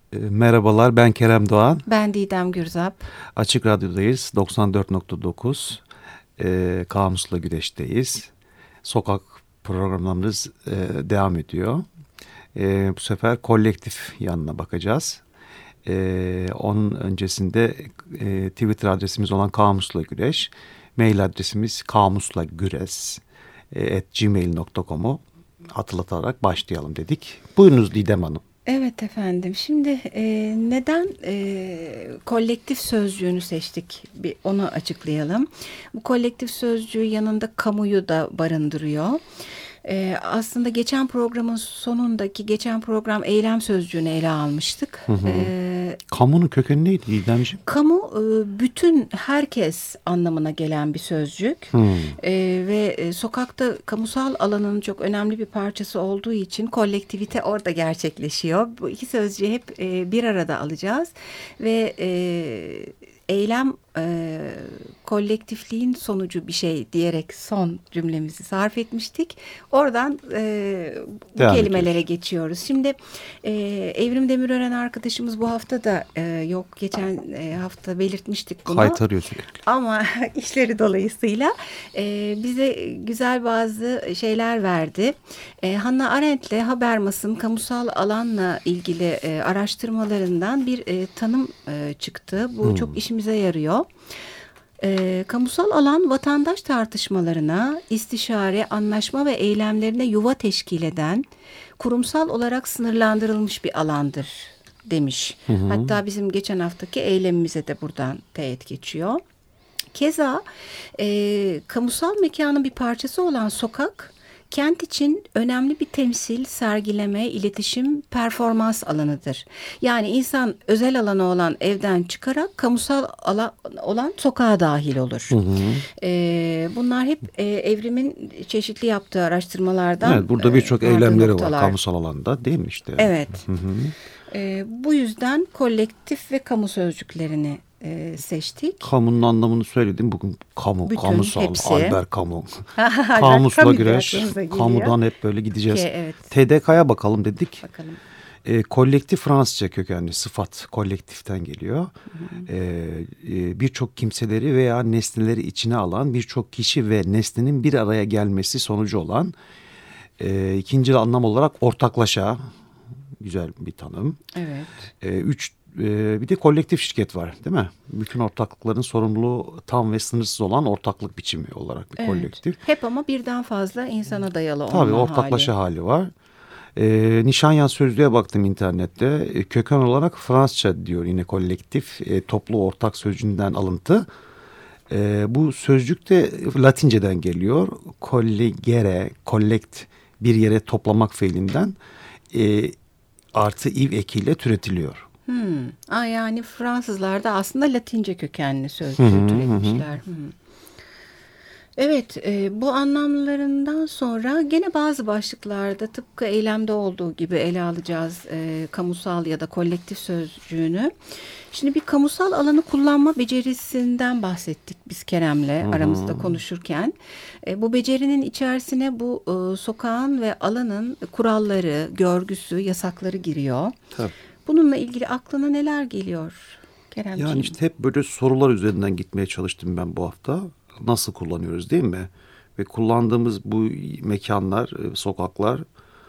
Merhabalar, ben Kerem Doğan. Ben Didem Gürzap. Açık Radyo'dayız. 94.9 Kamus'la Güreş'teyiz. Sokak programlarımız devam ediyor. Bu sefer kolektif yanına bakacağız. Onun öncesinde Twitter adresimiz olan Kamus'la Güreş, mail adresimiz kamuslagüres@gmail.com'u hatırlatarak başlayalım dedik. Buyurunuz Didem Hanım. Evet efendim. Şimdi neden kolektif sözcüğünü seçtik? Onu açıklayalım. Bu kolektif sözcüğü yanında kamuyu da barındırıyor. Aslında geçen program eylem sözcüğünü ele almıştık. Hı hı. Kamunun kökeni neydi Didemciğim? Kamu bütün herkes anlamına gelen bir sözcük. Ve sokakta kamusal alanın çok önemli bir parçası olduğu için kolektivite orada gerçekleşiyor. Bu iki sözcüğü hep bir arada alacağız ve eylem kolektifliğin sonucu bir şey diyerek son cümlemizi sarf etmiştik. Oradan bu kelimelere geçiyoruz. Şimdi Evrim Demirören arkadaşımız bu hafta da yok. Geçen hafta belirtmiştik bunu. Kaytarıyor sürekli. Ama işleri dolayısıyla bize güzel bazı şeyler verdi. Hannah Arendt'le Habermas'ın kamusal alanla ilgili araştırmalarından bir tanım çıktı. Bu çok işimize yarıyor. Kamusal alan vatandaş tartışmalarına, istişare, anlaşma ve eylemlerine yuva teşkil eden, kurumsal olarak sınırlandırılmış bir alandır demiş. Hatta bizim geçen haftaki eylemimize de buradan teyit geçiyor. Keza kamusal mekanın bir parçası olan sokak, kent için önemli bir temsil, sergileme, iletişim, performans alanıdır. Yani insan özel alanı olan evden çıkarak kamusal alan olan sokağa dahil olur. Bunlar hep Evrim'in çeşitli yaptığı araştırmalardan. Evet, burada birçok eylemleri var kamusal alanda, değil mi işte? Evet. Bu yüzden kolektif ve kamu sözcüklerini seçtik. Kamunun anlamını söyledim. Bugün kamu, bütün, kamusal, hepsi. Albert Camus. Kamusla güreş, kamudan hep böyle gideceğiz. Evet. TDK'ya bakalım dedik. Bakalım. Kolektif Fransızca kökenli sıfat kolektiften geliyor. Birçok kimseleri veya nesneleri içine alan birçok kişi ve nesnenin bir araya gelmesi sonucu olan ikinci anlam olarak ortaklaşa, güzel bir tanım. Evet. Bir de kolektif şirket var, değil mi? Bütün ortaklıkların sorumluluğu tam ve sınırsız olan ortaklık biçimi olarak bir kolektif. Hep ama birden fazla insana dayalı olma hali. Tabii ortaklaşa hali var. Nişanyan sözlüğe baktım internette. Köken olarak Fransızca diyor yine kolektif. Toplu ortak sözcüğünden alıntı. Bu sözcük de Latinceden geliyor. Collegere, collect, bir yere toplamak fiilinden artı iv ekiyle türetiliyor. Yani Fransızlar da aslında Latince kökenli sözcüğü türetmişler. Evet, bu anlamlarından sonra gene bazı başlıklarda tıpkı eylemde olduğu gibi ele alacağız kamusal ya da kolektif sözcüğünü. Şimdi bir kamusal alanı kullanma becerisinden bahsettik biz Kerem'le aramızda konuşurken. Bu becerinin içerisine bu sokağın ve alanın kuralları, görgüsü, yasakları giriyor. Tabii. Bununla ilgili aklına neler geliyor Keremciğim? Yani işte hep böyle sorular üzerinden gitmeye çalıştım ben bu hafta. Nasıl kullanıyoruz, değil mi? Ve kullandığımız bu mekanlar, sokaklar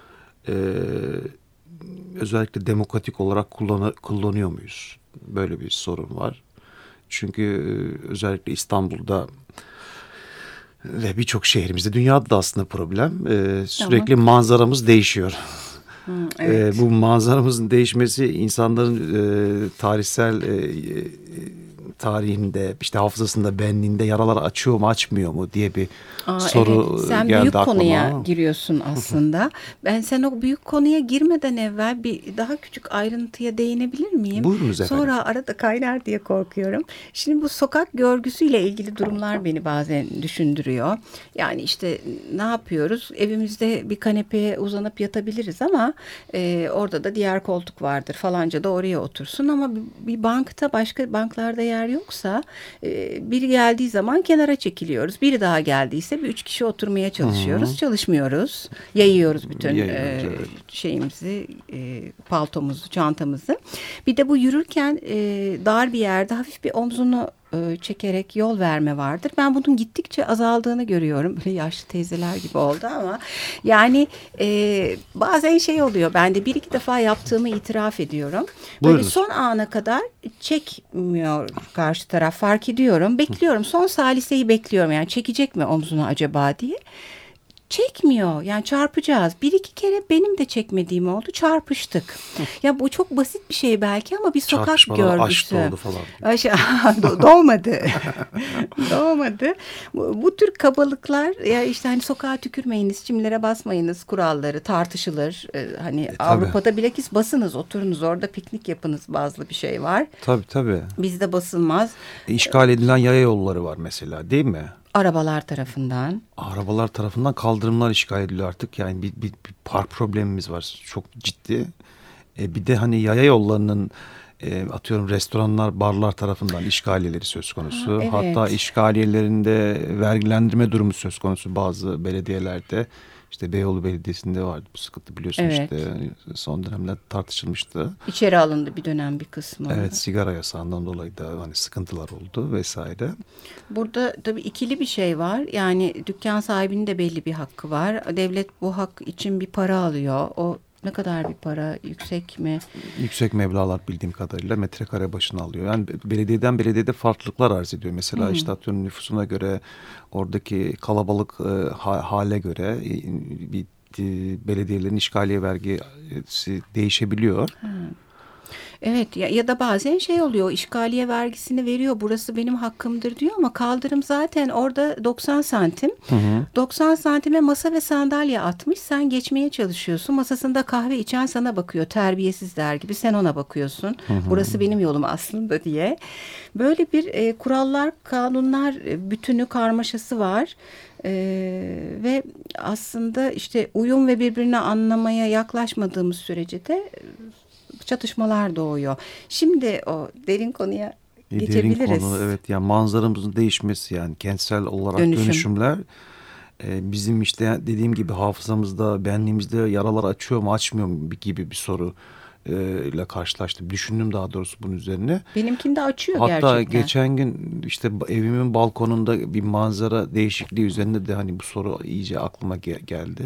özellikle demokratik olarak kullanıyor muyuz? Böyle bir sorun var. Çünkü özellikle İstanbul'da ve birçok şehrimizde, dünyada da aslında problem. Sürekli manzaramız değişiyor. Evet. Bu manzaramızın değişmesi insanların tarihsel tarihinde, işte hafızasında, benliğinde yaralar açıyor mu açmıyor mu diye bir soru evet. Sen geldi büyük aklıma. konuya giriyorsun aslında. Sen o büyük konuya girmeden evvel bir daha küçük ayrıntıya değinebilir miyim? Buyurunuz efendim. Sonra arada kaynar diye korkuyorum. Şimdi bu sokak görgüsüyle ilgili durumlar beni bazen düşündürüyor. Yani işte ne yapıyoruz? Evimizde bir kanepeye uzanıp yatabiliriz ama orada da diğer koltuk vardır. Falanca da oraya otursun ama bir bankta, başka banklarda yer yoksa biri geldiği zaman kenara çekiliyoruz. Biri daha geldiyse bir 3 kişi oturmaya çalışıyoruz. Çalışmıyoruz. Yayıyoruz bütün Evet. şeyimizi, paltomuzu, çantamızı. Bir de bu yürürken dar bir yerde hafif bir omzunu çekerek yol verme vardır. Ben bunun gittikçe azaldığını görüyorum. Böyle yaşlı teyzeler gibi oldu ama yani bazen şey oluyor. Ben de bir iki defa yaptığımı itiraf ediyorum. Böyle Buyurunuz. son ana kadar çekmiyor karşı taraf, fark ediyorum. Bekliyorum. Son saliseyi bekliyorum. Yani çekecek mi omzunu acaba diye. Çekmiyor. Yani çarpacağız. Bir iki kere benim de çekmediğim oldu. Çarpıştık. Ya bu çok basit bir şey belki ama bir sokak Çarpışmalar aşk görgüsü. doğdu falan. Doğmadı. Doğmadı. Bu tür kabalıklar ya işte hani sokağa tükürmeyiniz, çimlere basmayınız kuralları tartışılır. Hani Tabii. Avrupa'da bilakis basınız, oturunuz orada piknik yapınız bazı bir şey var. Tabii. Bizde basılmaz. İşgal edilen yaya yolları var mesela, değil mi? Arabalar tarafından. Arabalar tarafından kaldırımlar işgal ediliyor artık. Yani bir park problemimiz var çok ciddi. Bir de hani yaya yollarının atıyorum restoranlar, barlar tarafından işgaliyeleri söz konusu. Evet. Hatta işgaliyelerinde vergilendirme durumu söz konusu bazı belediyelerde. İşte Beyoğlu Belediyesi'nde vardı bu sıkıntı, biliyorsun, Evet. işte son dönemde tartışılmıştı. İçeri alındı bir dönem bir kısmı. Evet, sigara yasağından dolayı da hani sıkıntılar oldu vesaire. Burada tabii ikili bir şey var. Yani dükkan sahibinin de belli bir hakkı var. Devlet bu hak için bir para alıyor. O ne kadar bir para? Yüksek mi? Yüksek meblağlar bildiğim kadarıyla metrekare başına alıyor. Yani belediyeden belediyede farklılıklar arz ediyor. Mesela işte atıyorum nüfusuna göre, oradaki kalabalık hale göre bir belediyelerin işgaliye vergisi değişebiliyor. Evet ya da bazen şey oluyor, işgaliye vergisini veriyor, burası benim hakkımdır diyor ama kaldırım zaten orada 90 santim. 90 santime masa ve sandalye atmış, sen geçmeye çalışıyorsun, masasında kahve içen sana bakıyor, terbiyesizler gibi, sen ona bakıyorsun. Burası benim yolum aslında diye. Böyle bir kurallar, kanunlar bütünü, karmaşası var. Ve aslında işte uyum ve birbirini anlamaya yaklaşmadığımız sürece de çatışmalar doğuyor. Şimdi o derin konuya geçebiliriz. Derin konu, evet, yani manzaramızın değişmesi, yani kentsel olarak dönüşümler bizim işte dediğim gibi hafızamızda, benliğimizde yaralar açıyor mu açmıyor mu gibi bir soru ile karşılaştım. Düşündüm daha doğrusu bunun üzerine. Benimkinde açıyor hatta gerçekten. Hatta geçen gün işte evimin balkonunda bir manzara değişikliği üzerinde de hani bu soru iyice aklıma geldi.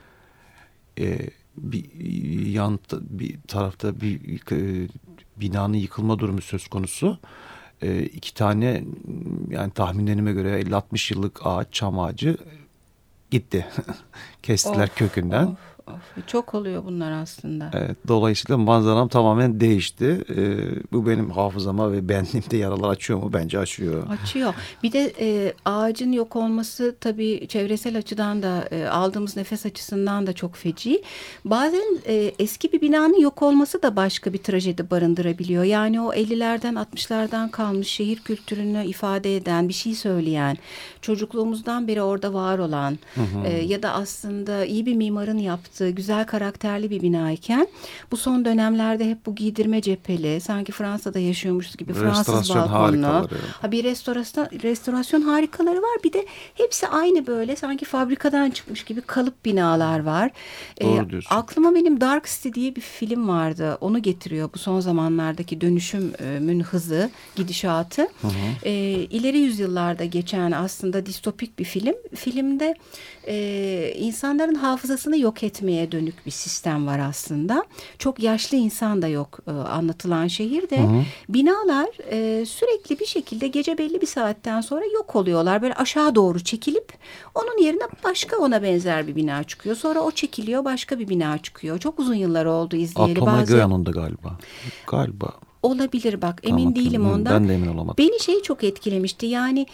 Bir tarafta bir binanın yıkılma durumu söz konusu. 2 tane, yani tahminlerime göre 50-60 yıllık çam ağacı gitti. Kestiler kökünden. Çok oluyor bunlar aslında. Evet, dolayısıyla manzaram tamamen değişti. Bu benim hafızama ve benliğimde yaralar açıyor mu? Bence açıyor. Açıyor. Bir de ağacın yok olması tabii çevresel açıdan da aldığımız nefes açısından da çok feci. Bazen eski bir binanın yok olması da başka bir trajedi barındırabiliyor. Yani o 50'lerden 60'lardan kalmış şehir kültürünü ifade eden, bir şey söyleyen, çocukluğumuzdan beri orada var olan ya da aslında iyi bir mimarın yaptığı güzel karakterli bir binayken bu son dönemlerde hep bu giydirme cepheli, sanki Fransa'da yaşıyormuşuz gibi Fransız balkonlu. Bir restorasyon harikaları var. Bir de hepsi aynı, böyle sanki fabrikadan çıkmış gibi kalıp binalar var. Doğru diyorsun. Aklıma benim Dark City diye bir film vardı. Onu getiriyor bu son zamanlardaki dönüşümün hızı, gidişatı. İleri yüzyıllarda geçen aslında distopik bir film. Filmde insanların hafızasını yok etmeye dönük bir sistem var aslında. Çok yaşlı insan da yok anlatılan şehirde. Binalar sürekli bir şekilde gece belli bir saatten sonra yok oluyorlar. Böyle aşağı doğru çekilip onun yerine başka ona benzer bir bina çıkıyor. Sonra o çekiliyor, başka bir bina çıkıyor. Çok uzun yıllar oldu izleyeli. Atamaga yanında galiba. Olabilir, bak emin değilim ondan. Ben de emin olamadım. Beni çok etkilemişti. Yani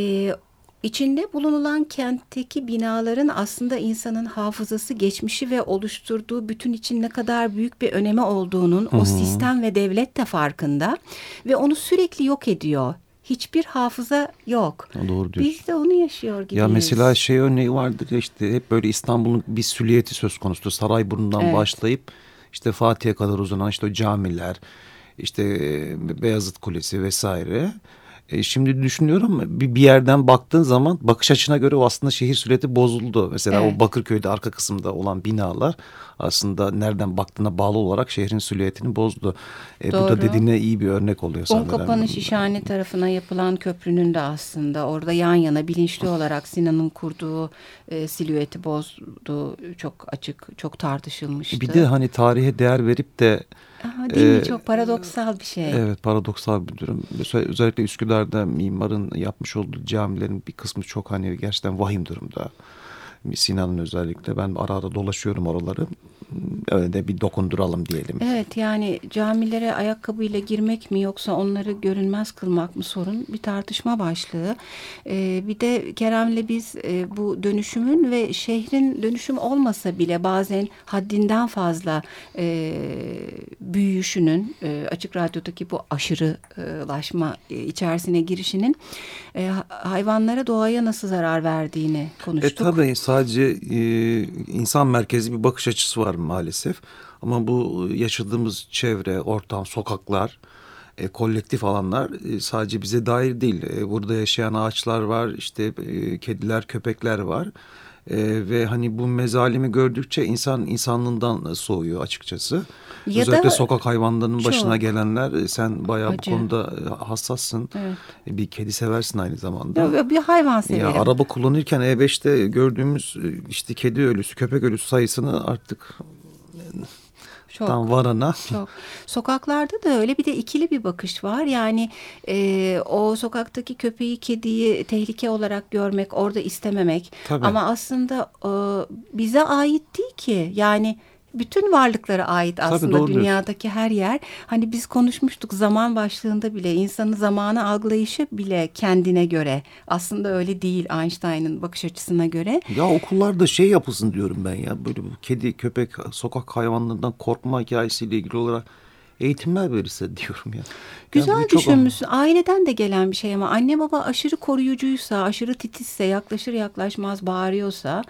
İçinde bulunulan kentteki binaların aslında insanın hafızası, geçmişi ve oluşturduğu bütün için ne kadar büyük bir önemi olduğunun o sistem ve devlet de farkında ve onu sürekli yok ediyor. Hiçbir hafıza yok. Doğru diyorsun. Biz de onu yaşıyor gibiyiz. Ya mesela örneği vardır ya, işte hep böyle İstanbul'un bir silüeti söz konusu. Sarayburnu'ndan başlayıp işte Fatih'e kadar uzanan işte o camiler, işte Beyazıt Kulesi vesaire. Şimdi düşünüyorum, bir yerden baktığın zaman bakış açına göre aslında şehir silüeti bozuldu. Mesela Evet. o Bakırköy'de arka kısımda olan binalar aslında nereden baktığına bağlı olarak şehrin silüetini bozdu. Bu da Doğru. dediğine iyi bir örnek oluyor sanırım. Unkapanı Şişhane tarafına yapılan köprünün de aslında orada yan yana bilinçli olarak Sinan'ın kurduğu silüeti bozdu. Çok açık, çok tartışılmıştı. Bir de hani tarihe değer verip de Aha, değil mi? Çok paradoksal bir şey. evet, paradoksal bir durum. Mesela özellikle Üsküdar'da mimarın yapmış olduğu camilerin bir kısmı çok hani gerçekten vahim durumda. Sinan'ın özellikle, ben ara ara dolaşıyorum oraları. Öyle de bir dokunduralım diyelim. Evet, yani camilere ayakkabıyla girmek mi yoksa onları görünmez kılmak mı sorun, bir tartışma başlığı. Bir de Kerem'le biz bu dönüşümün ve şehrin dönüşüm olmasa bile bazen haddinden fazla büyüyüşünün, Açık Radyo'daki bu aşırılaşma içerisine girişinin hayvanlara, doğaya nasıl zarar verdiğini konuştuk. Tabii sadece insan merkezli bir bakış açısı var maalesef. Ama bu yaşadığımız çevre, ortam, sokaklar, kolektif alanlar sadece bize dair değil. Burada yaşayan ağaçlar var, işte kediler, köpekler var. Ve hani bu mezalimi gördükçe insan insanlığından soğuyor açıkçası. Ya özellikle da sokak hayvanlarının başına çok gelenler, sen bayağı acı. bu konuda hassassın. Evet. Bir kedi seversin aynı zamanda. Bir hayvan severim. Ya araba kullanırken E5'te gördüğümüz işte kedi ölüsü, köpek ölüsü sayısını artık Çok. tam varana. Çok. Sokaklarda da öyle bir de ikili bir bakış var. Yani o sokaktaki köpeği, kediyi tehlike olarak görmek, orada istememek. Tabii. Ama aslında bize ait değil ki. Yani bütün varlıklara ait aslında, doğru dünyadaki her yer. Hani biz konuşmuştuk zaman başlığında bile, insanın zamanı algılayışı bile kendine göre. Aslında öyle değil, Einstein'ın bakış açısına göre. Ya okullarda şey yapılsın diyorum ben ya. Böyle bu kedi, köpek, sokak hayvanlarından korkma hikayesiyle ilgili olarak eğitimler verirse diyorum ya. Güzel Yani bu çok... düşünmüşsün. Aileden de gelen bir şey ama anne baba aşırı koruyucuysa, aşırı titizse, yaklaşır yaklaşmaz bağırıyorsa,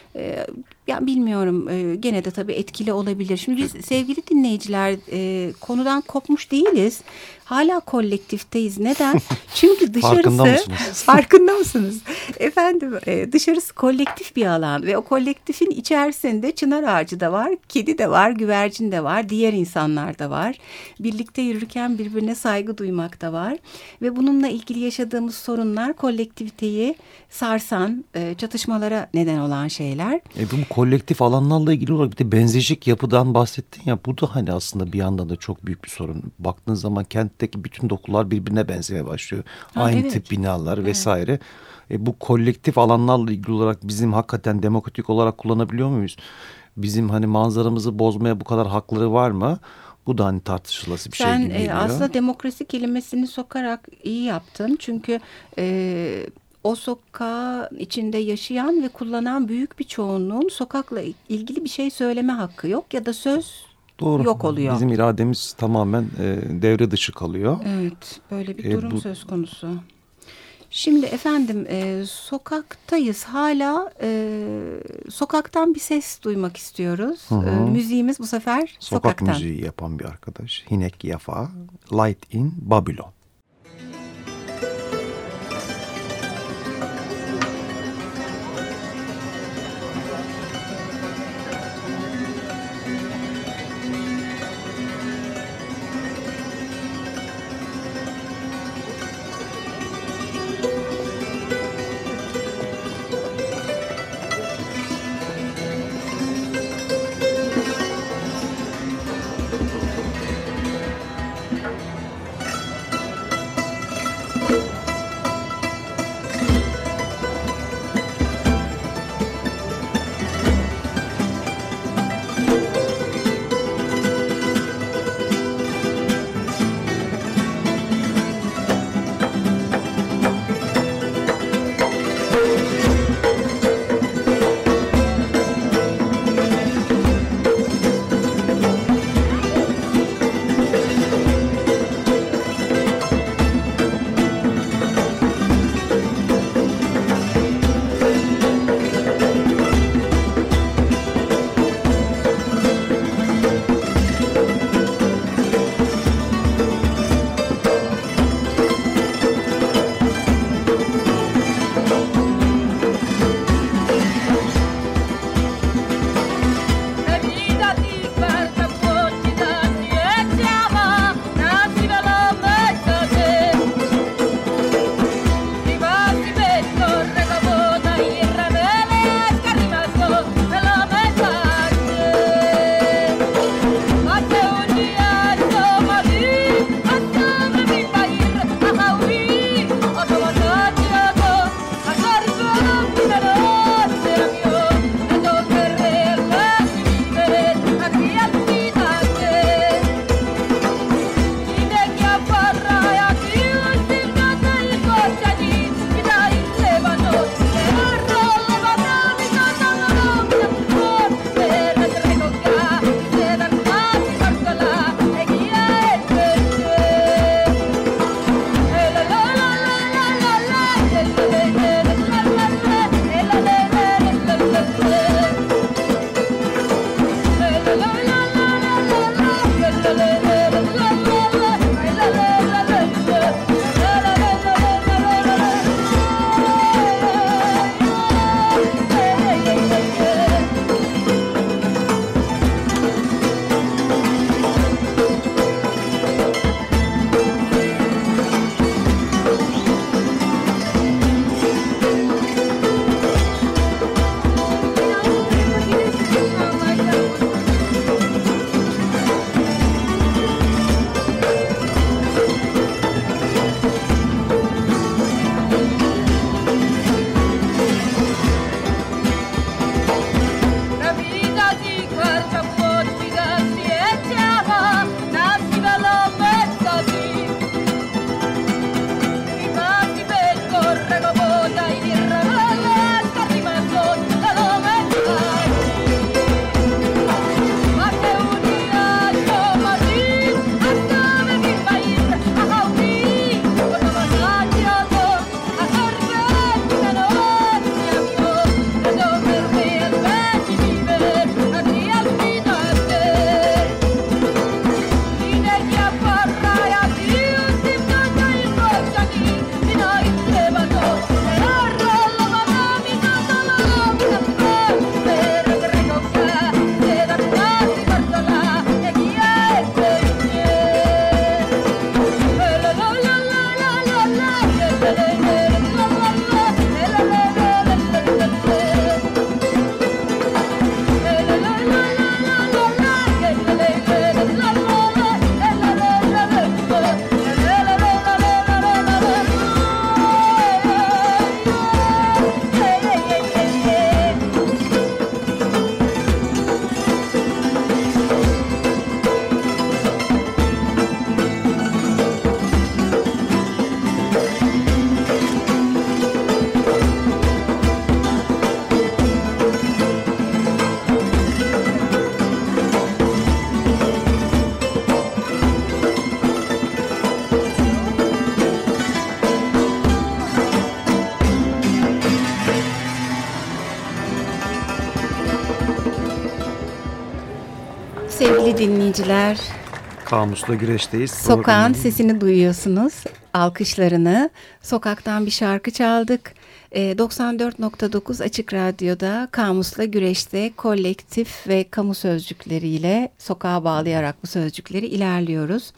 ya bilmiyorum, gene de tabii etkili olabilir. Şimdi biz sevgili dinleyiciler konudan kopmuş değiliz. Hala kolektifteyiz. Neden? Çünkü dışarısı... Farkında mısınız? Farkında mısınız? Efendim, dışarısı kolektif bir alan ve o kolektifin içerisinde çınar ağacı da var, kedi de var, güvercin de var, diğer insanlar da var. Birlikte yürürken birbirine saygı duymak da var. Ve bununla ilgili yaşadığımız sorunlar kolektiviteyi sarsan, çatışmalara neden olan şeyler. Bu kolektif alanlarla ilgili olarak bir de benzeyecek yapıdan bahsettin ya. Bu da hani aslında bir yandan da çok büyük bir sorun. Baktığın zaman kentteki bütün dokular birbirine benzemeye başlıyor. Aynı evet. tip binalar vesaire. Bu kolektif alanlarla ilgili olarak bizim hakikaten demokratik olarak kullanabiliyor muyuz? Bizim hani manzaramızı bozmaya bu kadar hakları var mı? Bu da hani tartışılası bir şey gibi geliyor. Aslında demokrasi kelimesini sokarak iyi yaptın. Çünkü o sokağın içinde yaşayan ve kullanan büyük bir çoğunluğun sokakla ilgili bir şey söyleme hakkı yok ya da söz Doğru. yok oluyor. Bizim irademiz tamamen devre dışı kalıyor. Evet, böyle bir durum söz konusu. Şimdi efendim, sokaktayız hala, sokaktan bir ses duymak istiyoruz. Müziğimiz bu sefer Sokak sokaktan. müziği yapan bir arkadaş, Hinek Yafa, Light in Babylon. Sevgili dinleyiciler, Kamusla Güreş'teyiz. Sokağın sesini duyuyorsunuz, alkışlarını. Sokaktan bir şarkı çaldık. 94.9 Açık Radyo'da Kamusla Güreş'te kolektif ve kamu sözcükleriyle sokağa bağlayarak bu sözcükleri ilerliyoruz.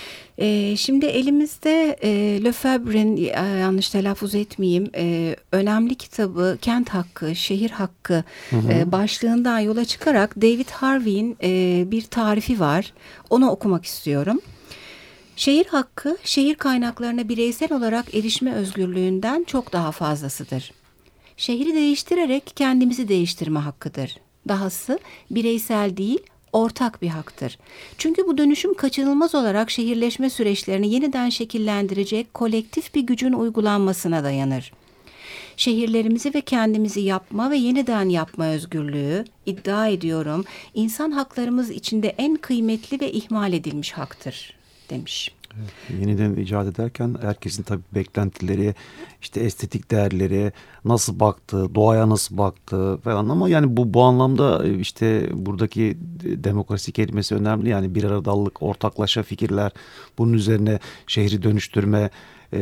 Şimdi elimizde Lefebvre'nin, yanlış telaffuz etmeyeyim, önemli kitabı Kent Hakkı, Şehir Hakkı başlığından yola çıkarak David Harvey'in bir tarifi var. Onu okumak istiyorum. Şehir hakkı, şehir kaynaklarına bireysel olarak erişme özgürlüğünden çok daha fazlasıdır. Şehri değiştirerek kendimizi değiştirme hakkıdır. Dahası bireysel değil, ortak bir haktır. Çünkü bu dönüşüm kaçınılmaz olarak şehirleşme süreçlerini yeniden şekillendirecek kolektif bir gücün uygulanmasına dayanır. Şehirlerimizi ve kendimizi yapma ve yeniden yapma özgürlüğü, iddia ediyorum, insan haklarımız içinde en kıymetli ve ihmal edilmiş haktır, demiş. Evet, yeniden icat ederken herkesin tabii beklentileri, işte estetik değerleri, nasıl baktığı, doğaya nasıl baktığı falan, ama yani bu anlamda işte buradaki demokrasi kelimesi önemli. Yani bir aradallık, ortaklaşa fikirler, bunun üzerine şehri dönüştürme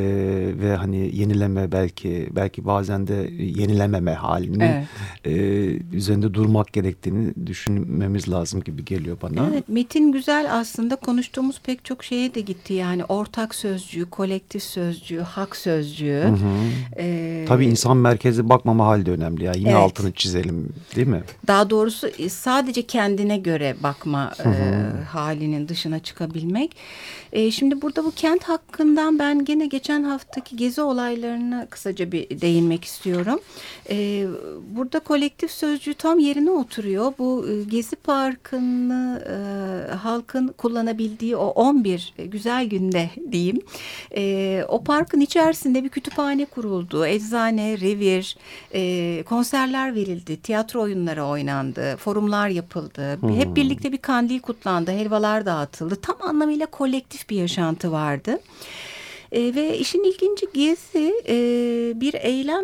ve hani yenileme, belki bazen de yenilememe halinin üzerinde durmak gerektiğini düşünmemiz lazım gibi geliyor bana. Evet, metin güzel aslında, konuştuğumuz pek çok şeye de gitti yani ortak sözcüğü, kolektif sözcüğü, hak sözcüğü. Tabii insan merkezli bakmama hali de önemli ya, yine altını çizelim, değil mi? Daha doğrusu sadece kendine göre bakma halinin dışına çıkabilmek. Şimdi burada bu kent hakkından ben gene geçen haftaki gezi olaylarına kısaca bir değinmek istiyorum. Burada kolektif sözcüğü tam yerine oturuyor. Bu Gezi Parkı'nı halkın kullanabildiği o 11 güzel günde diyeyim. O parkın içerisinde bir kütüphane kuruldu. Eczane, revir, konserler verildi. Tiyatro oyunları oynandı. Forumlar yapıldı. Hep birlikte bir kandil kutlandı. Helvalar dağıtıldı. Tam anlamıyla kolektif bir yaşantı vardı. Ve işin ilginci, Gezi bir eylem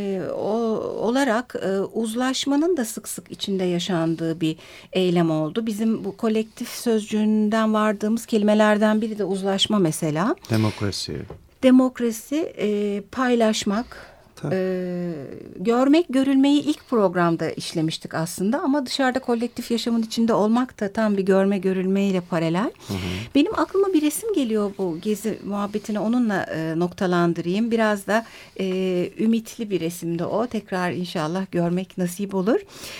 olarak uzlaşmanın da sık sık içinde yaşandığı bir eylem oldu. Bizim bu kolektif sözcüğünden vardığımız kelimelerden biri de uzlaşma mesela. Demokrasi, paylaşmak. Görmek, görülmeyi ilk programda işlemiştik aslında, ama dışarıda kolektif yaşamın içinde olmak da tam bir görme görülmeyle paralel. Benim aklıma bir resim geliyor bu gezi muhabbetini, onunla noktalandırayım. Biraz da ümitli bir resimdi o. Tekrar inşallah görmek nasip olur.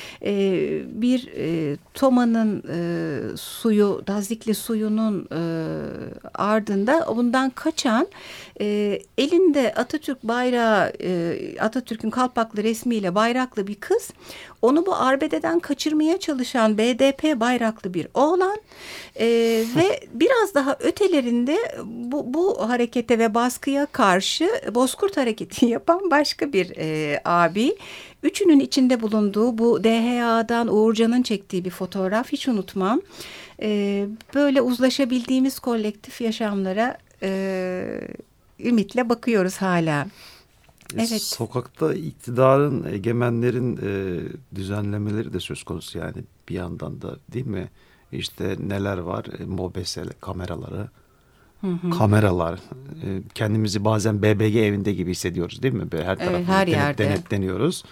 Bir Toma'nın suyu, Dazikli suyunun ardında bundan kaçan, elinde Atatürk bayrağı, Atatürk'ün kalpaklı resmiyle bayraklı bir kız, onu bu arbededen kaçırmaya çalışan BDP bayraklı bir oğlan ve biraz daha ötelerinde bu harekete ve baskıya karşı Bozkurt hareketi yapan başka bir abi. Üçünün içinde bulunduğu bu DHA'dan Uğurcan'ın çektiği bir fotoğraf, hiç unutmam. Böyle uzlaşabildiğimiz kolektif yaşamlara ümitle bakıyoruz hala. Evet. Sokakta iktidarın, egemenlerin düzenlemeleri de söz konusu yani bir yandan da, değil mi? İşte neler var? Mobese kameraları, kameralar. Kendimizi bazen BBG evinde gibi hissediyoruz, değil mi? Böyle her tarafı her yerde denetleniyoruz.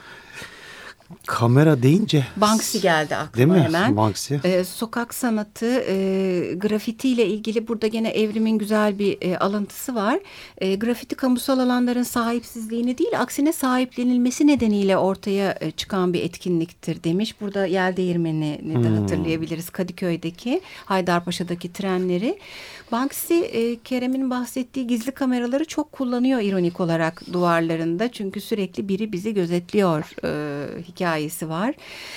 Kamera deyince Banksy geldi aklıma, değil mi? hemen. Banksy. Sokak sanatı, grafiti ile ilgili burada gene Evrim'in güzel bir alıntısı var. Grafiti kamusal alanların sahipsizliğini değil, aksine sahiplenilmesi nedeniyle ortaya çıkan bir etkinliktir demiş. Burada Yel Değirmeni'ni de hatırlayabiliriz. Kadıköy'deki, Haydarpaşa'daki trenleri. Banksy, Kerem'in bahsettiği gizli kameraları çok kullanıyor ironik olarak duvarlarında. Çünkü sürekli biri bizi gözetliyor hikayesi var.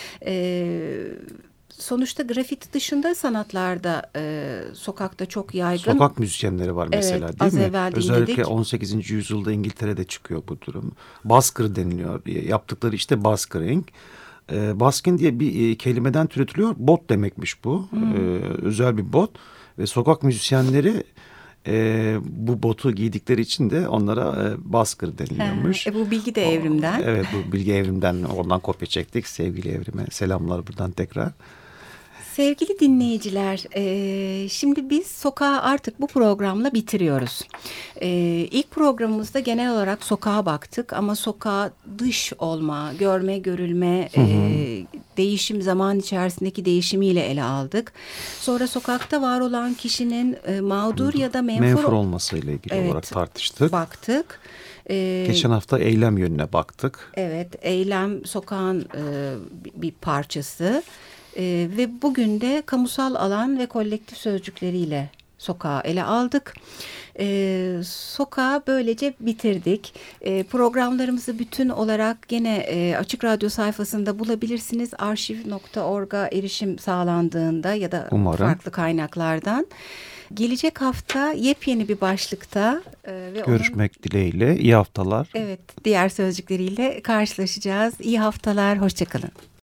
Sonuçta grafiti dışında sanatlarda sokakta çok yaygın. Sokak müzisyenleri var mesela, evet, değil mi? Evvel özellikle 18. yüzyılda İngiltere'de çıkıyor bu durum. Busker deniliyor. Yaptıkları işte buskering. Busking diye bir kelimeden türetiliyor. Bot demekmiş bu. Özel bir bot. Ve sokak müzisyenleri bu botu giydikleri için de onlara busker deniliyormuş. Bu bilgi de Evrim'den. Evet, bu bilgi Evrim'den, ondan kopya çektik. Sevgili Evrim'e selamlar buradan tekrar. Sevgili dinleyiciler, şimdi biz sokağı artık bu programla bitiriyoruz. İlk programımızda genel olarak sokağa baktık ama sokağa dış olma, görme, görülme, değişim, zaman içerisindeki değişimiyle ele aldık. Sonra sokakta var olan kişinin mağdur ya da menfur olmasıyla ilgili olarak tartıştık. Baktık. Geçen hafta eylem yönüne baktık. Evet, eylem sokağın bir parçası. Ve bugün de kamusal alan ve kolektif sözcükleriyle sokağı ele aldık. Sokağı böylece bitirdik. Programlarımızı bütün olarak gene Açık Radyo sayfasında bulabilirsiniz. Arşiv.org'a erişim sağlandığında ya da farklı kaynaklardan. Gelecek hafta yepyeni bir başlıkta ve görüşmek dileğiyle. İyi haftalar. Evet, diğer sözcükleriyle karşılaşacağız. İyi haftalar, hoşça kalın.